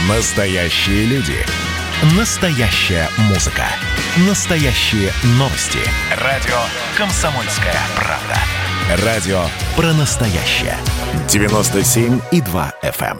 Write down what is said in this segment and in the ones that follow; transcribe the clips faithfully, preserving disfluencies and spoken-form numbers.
Настоящие люди. Настоящая музыка. Настоящие новости. Радио «Комсомольская правда». Радио про настоящее. девяносто семь и два эф эм.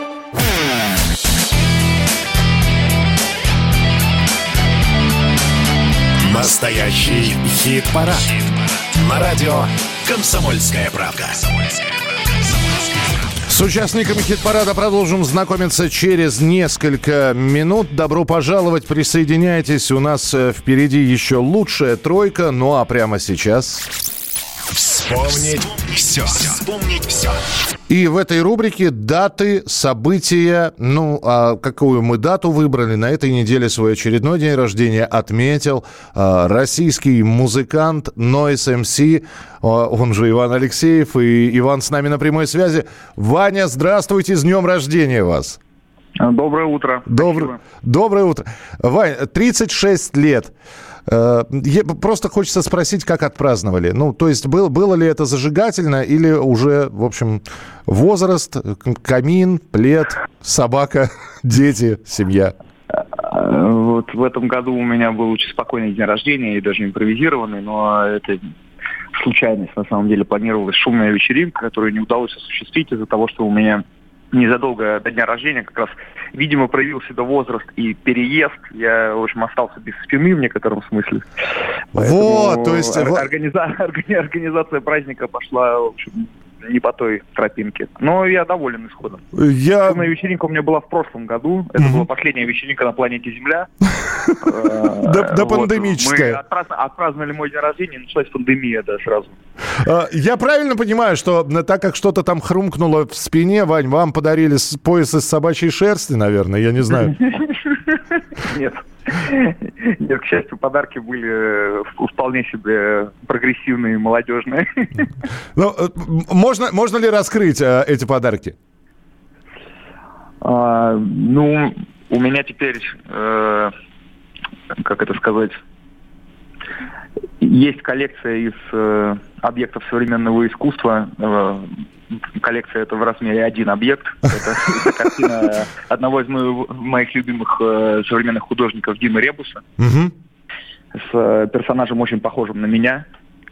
Настоящий хит-парад. На радио «Комсомольская правда». С участниками хит-парада продолжим знакомиться через несколько минут. Добро пожаловать, присоединяйтесь. У нас впереди еще лучшая тройка. Ну а прямо сейчас... Вспомнить все. Вспомнить все. И в этой рубрике даты, события. Ну, а какую мы дату выбрали? На этой неделе свой очередной день рождения отметил а, российский музыкант Noise эм си, а, он же Иван Алексеев. И Иван с нами на прямой связи. Ваня, здравствуйте, с днем рождения вас. Доброе утро. Добр... Доброе утро. Вань, тридцать шесть лет. Просто хочется спросить, как отпраздновали. Ну, то есть, был, было ли это зажигательно или уже, в общем, возраст, камин, плед, собака, дети, семья? Вот в этом году у меня был очень спокойный день рождения, и даже импровизированный, но это случайность. На самом деле планировалась шумная вечеринка, которую не удалось осуществить из-за того, что у меня незадолго до дня рождения как раз, видимо, проявил себя возраст и переезд. Я, в общем, остался без спины в некотором смысле. Поэтому вот, то есть... Организа... Организация праздника пошла, в общем, не по той тропинке. Но я доволен исходом. Я... Шумная вечеринка у меня была в прошлом году. Это mm-hmm. была последняя вечеринка на планете Земля. До пандемическая. Мы отпраздновали мой день рождения, и началась пандемия, да, сразу. Я правильно понимаю, что так как что-то там хрумкнуло в спине, Вань, вам подарили пояс из собачьей шерсти, наверное, я не знаю. Нет. Нет, к счастью, подарки были вполне себе прогрессивные, молодежные. Ну, можно, можно ли раскрыть а, эти подарки? А, ну, у меня теперь, э, как это сказать, есть коллекция из э, объектов современного искусства. Э, коллекция это в размере один объект. Это, это картина одного из моих, моих любимых э, современных художников Димы Ребуса. Угу. С э, персонажем очень похожим на меня.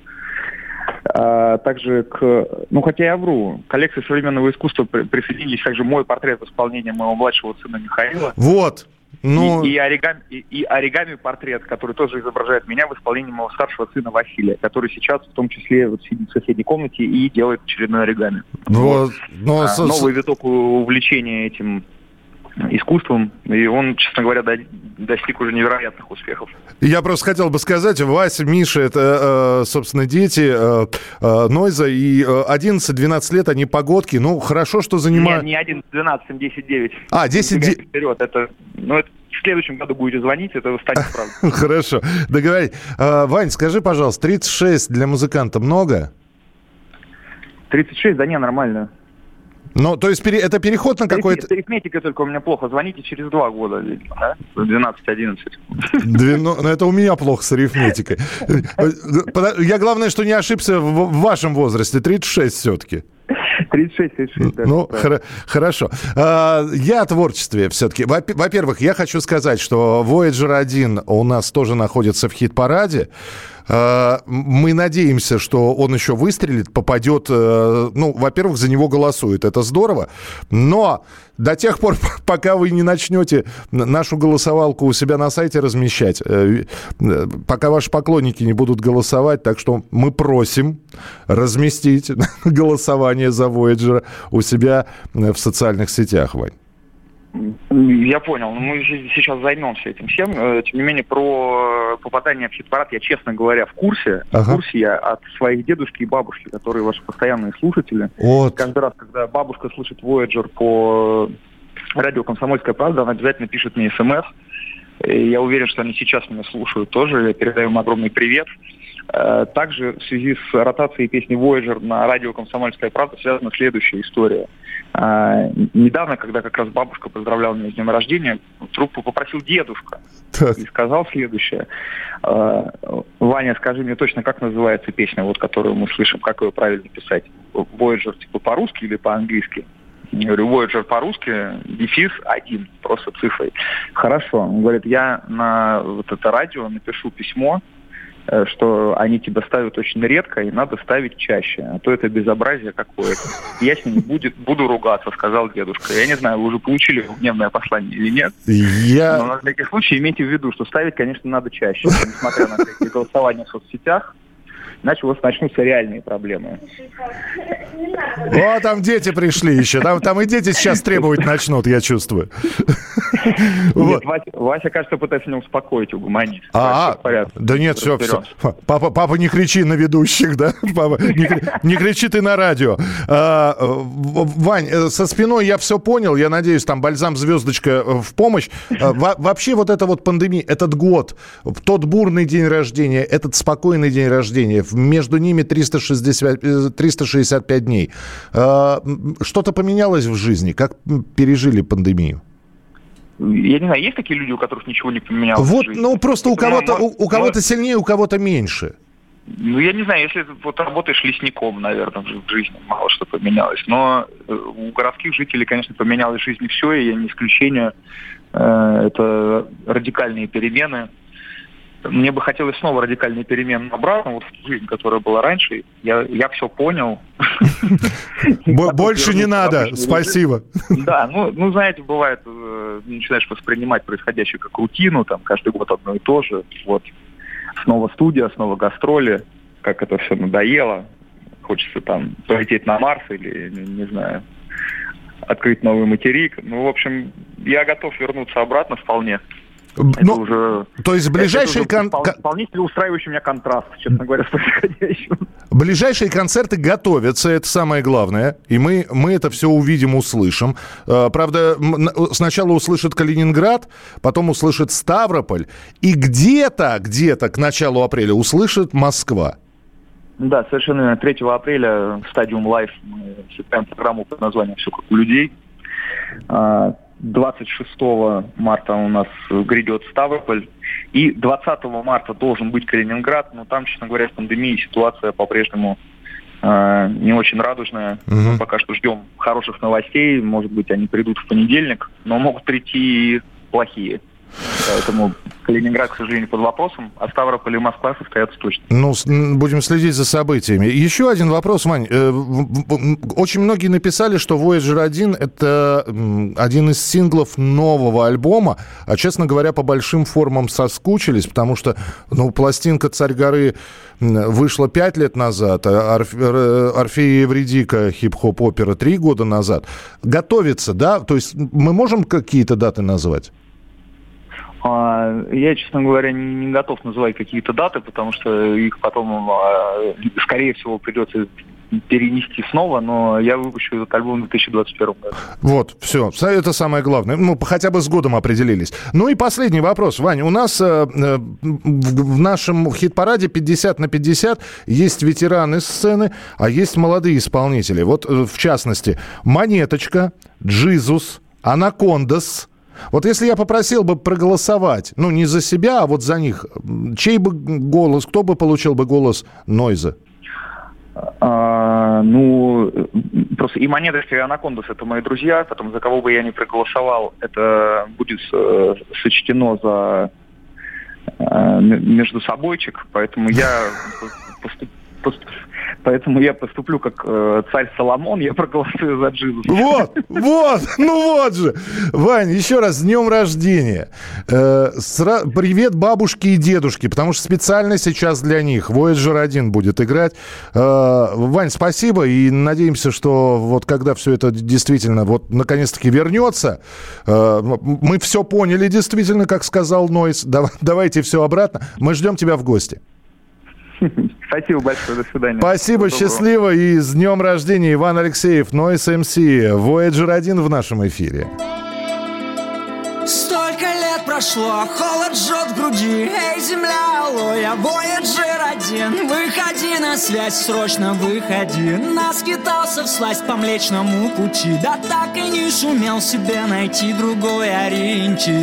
А, также к... Ну, хотя я вру. К коллекции современного искусства при, присоединились также мой портрет в исполнении моего младшего сына Михаила. Вот. Ну... И, и, оригами, и, и оригами портрет, который тоже изображает меня в исполнении моего старшего сына Василия, который сейчас в том числе вот сидит в соседней комнате и делает очередной оригами. Вот. Но... А, новый виток увлечения этим искусством, и он, честно говоря, достиг уже невероятных успехов. Я просто хотел бы сказать, Вася, Миша, это, собственно, дети Нойза, и одиннадцать-двенадцать лет, они погодки, ну, хорошо, что занимают... Нет, не одиннадцать, десять-девять. А, десять... Вперед, это... Ну, это в следующем году будете звонить, это станет правдой. Хорошо, договорились. Вань, скажи, пожалуйста, тридцать шесть для музыканта много? тридцать шесть, да не, нормально. Ну, то есть пере, это переход на какой-то... С арифметикой только у меня плохо. Звоните через два года, да? двенадцать-одиннадцать. Ну, это у меня плохо с арифметикой. Я, главное, что не ошибся в вашем возрасте. тридцать шесть все-таки. тридцать шесть, тридцать шесть, да. Ну, хор- хорошо. А, я о творчестве все-таки. Во- во-первых, я хочу сказать, что Voyager один у нас тоже находится в хит-параде. А, мы надеемся, что он еще выстрелит, попадет. А, ну, во-первых, за него голосуют. Это здорово. Но до тех пор, пока вы не начнете нашу голосовалку у себя на сайте размещать, пока ваши поклонники не будут голосовать, так что мы просим разместить голосование за Voyager у себя в социальных сетях, Вань. Я понял. Мы сейчас займемся этим всем. Тем не менее, про попадание в хит-парад я, честно говоря, в курсе. Ага. В курсе я от своих дедушки и бабушки, которые ваши постоянные слушатели. Вот. Каждый раз, когда бабушка слышит Voyager по радио «Комсомольская правда», она обязательно пишет мне смс. И я уверен, что они сейчас меня слушают тоже. Я передаю им огромный привет. Также в связи с ротацией песни Voyager на радио «Комсомольская правда» связана следующая история. А, недавно, когда как раз бабушка поздравляла меня с днем рождения, трубку попросил дедушка. Так. И сказал следующее. А, Ваня, скажи мне точно, как называется песня, вот, которую мы слышим, как ее правильно писать? Voyager типа по-русски или по-английски? Я говорю, Voyager по-русски, дефис один, просто цифрой. Хорошо. Он говорит, я на вот это радио напишу письмо, что они тебя ставят очень редко, и надо ставить чаще. А то это безобразие какое-то. Я с ними будет, буду ругаться, сказал дедушка. Я не знаю, вы уже получили гневное послание или нет. Я... Но на всякий случай имейте в виду, что ставить, конечно, надо чаще. Несмотря на всякие голосования в соцсетях, иначе у вас начнутся реальные проблемы. О, там дети пришли еще. Там, там и дети сейчас требовать начнут, я чувствую. Нет, Вася, Вася, кажется, пытается меня успокоить, угомонить. А, да нет, все, все. Папа, папа, не кричи на ведущих, да? Папа, не, не кричи ты на радио. А, Вань, со спиной я все понял. Я надеюсь, там бальзам звездочка в помощь. А, вообще вот эта вот пандемия, этот год, тот бурный день рождения, этот спокойный день рождения, между ними триста шестьдесят, триста шестьдесят пять дней. А, что-то поменялось в жизни? Как пережили пандемию? Я не знаю, есть такие люди, у которых ничего не поменялось вот, в жизни? Ну, просто у кого-то, у, у кого-то сильнее, у кого-то меньше. Ну, я не знаю, если вот работаешь лесником, наверное, в жизни мало что поменялось. Но у городских жителей, конечно, поменялось в жизни все, и я не исключение. Это радикальные перемены. Мне бы хотелось снова радикальные перемены обратно, вот в жизнь, которая была раньше. Я, я все понял. Больше не надо, спасибо. Да, ну, ну, знаете, бывает, начинаешь воспринимать происходящее как рутину, там, каждый год одно и то же. Вот. Снова студия, снова гастроли, как это все надоело. Хочется там полететь на Марс или, не знаю, открыть новый материк. Ну, в общем, я готов вернуться обратно вполне. Это ну, уже, то есть ближайшие... Это уже кон... Исполнитель, устраивающий меня контраст, честно говоря, с происходящим. Ближайшие концерты готовятся, это самое главное. И мы, мы это все увидим, услышим. Правда, сначала услышит Калининград, потом услышит Ставрополь. И где-то, где-то к началу апреля услышит Москва. Да, совершенно верно. третьего апреля в Стадиум Лайф мы сыграем программу под названием «Все как у людей». двадцать шестого марта у нас грядет Ставрополь. И двадцатого марта должен быть Калининград. Но там, честно говоря, с пандемией ситуация по-прежнему э, не очень радужная. Угу. Мы пока что ждем хороших новостей. Может быть, они придут в понедельник. Но могут прийти и плохие. Поэтому Калининград, к сожалению, под вопросом, а Ставрополь и Москва состоятся точно. Ну, будем следить за событиями. Еще один вопрос, Вань. Очень многие написали, что Voyager один — это один из синглов нового альбома, а, честно говоря, по большим формам соскучились, потому что, ну, пластинка «Царь горы» вышла пять лет назад, а «Орфей и Эвридика» хип-хоп-опера три года назад. Готовится, да? То есть мы можем какие-то даты назвать? Я, честно говоря, не, не готов называть какие-то даты, потому что их потом, скорее всего, придется перенести снова, но я выпущу этот альбом в две тысячи двадцать первом году. Вот, все, это самое главное. Ну, хотя бы с годом определились. Ну и последний вопрос, Ваня. У нас э, в нашем хит-параде пятьдесят на пятьдесят есть ветераны сцены, а есть молодые исполнители. Вот, в частности, Монеточка, Джизус, Анакондас. Вот если я попросил бы проголосовать, ну, не за себя, а вот за них, чей бы голос, кто бы получил бы голос Нойза? А, ну, просто и Монеточка, и Анакондас — это мои друзья, потом за кого бы я ни проголосовал, это будет э, сочтено за э, между собойчик, поэтому я поступ, поступ, поэтому я поступлю как э, царь Соломон, я проголосую за Джизус. Вот, вот, ну вот же. Вань, еще раз, с днем рождения. Э, сра... Привет бабушке и дедушке, потому что специально сейчас для них Voyager один будет играть. Э, Вань, спасибо, и надеемся, что вот когда все это действительно вот наконец-таки вернется, э, мы все поняли действительно, как сказал Нойз. Давай, давайте все обратно. Мы ждем тебя в гости. Спасибо большое, до свидания. Спасибо, счастливо, и с днем рождения. Иван Алексеев, Нойз эм си, Voyager один в нашем эфире. Столько лет прошло, холод жжет в груди. Эй, земля, алло, я Voyager один. Выходи на связь, срочно выходи. Наскитался всласть по Млечному пути, да так и не сумел себе найти другой ориентир. Да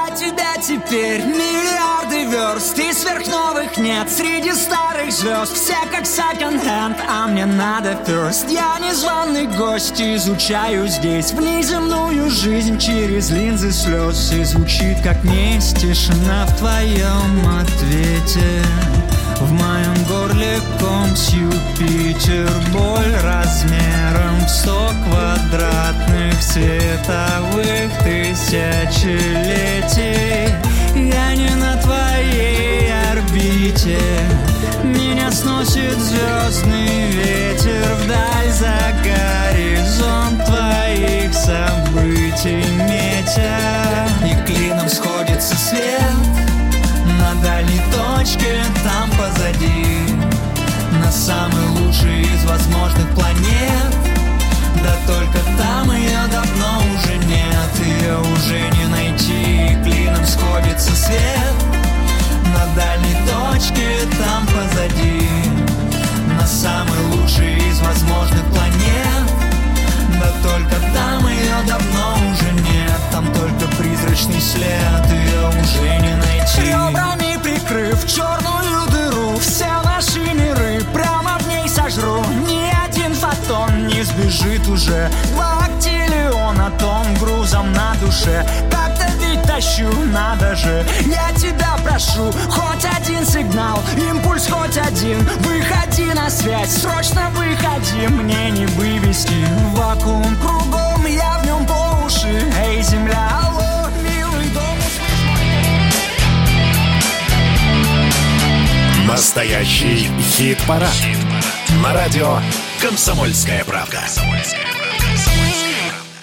от тебя теперь миллиарды верст, и сверхновых нет среди старых звезд. Все как секонд-хенд, а мне надо first. Я незваный гость, изучаю здесь внеземную жизнь через линзы слез. И звучит как месть тишина в твоем ответе. В моем горле ком с Юпитер, боль размером в сто квадратных световых тысячелетий. Я не на твоей орбите, меня сносит звездный ветер вдаль за горизонт твоих событий метя. И клином сходится свет на дальней точке, там позади, на самой лучшей из возможных планет. Да только там ее давно уже нет, ее уже не найти. Клином сходится свет на дальней точке, там позади, на самой лучшей из возможных планет. Да только там ее давно уже нет, там только призрачный след, ее уже не найти. Ребрами прикрыв черную дыру, все наши миры прямо в ней сожру. Ни один фотон не сбежит уже, два актиллиона тонн грузом на душе. Так-то ведь тащу, надо же, я тебя прошу, хоть один сигнал, импульс хоть один. Выходи на связь, срочно выходи, мне не вывести. Вакуум кругом, я в нем по уши. Эй, земля, алло, милый дом, Настоящий хит-парад. На радио «Комсомольская правда».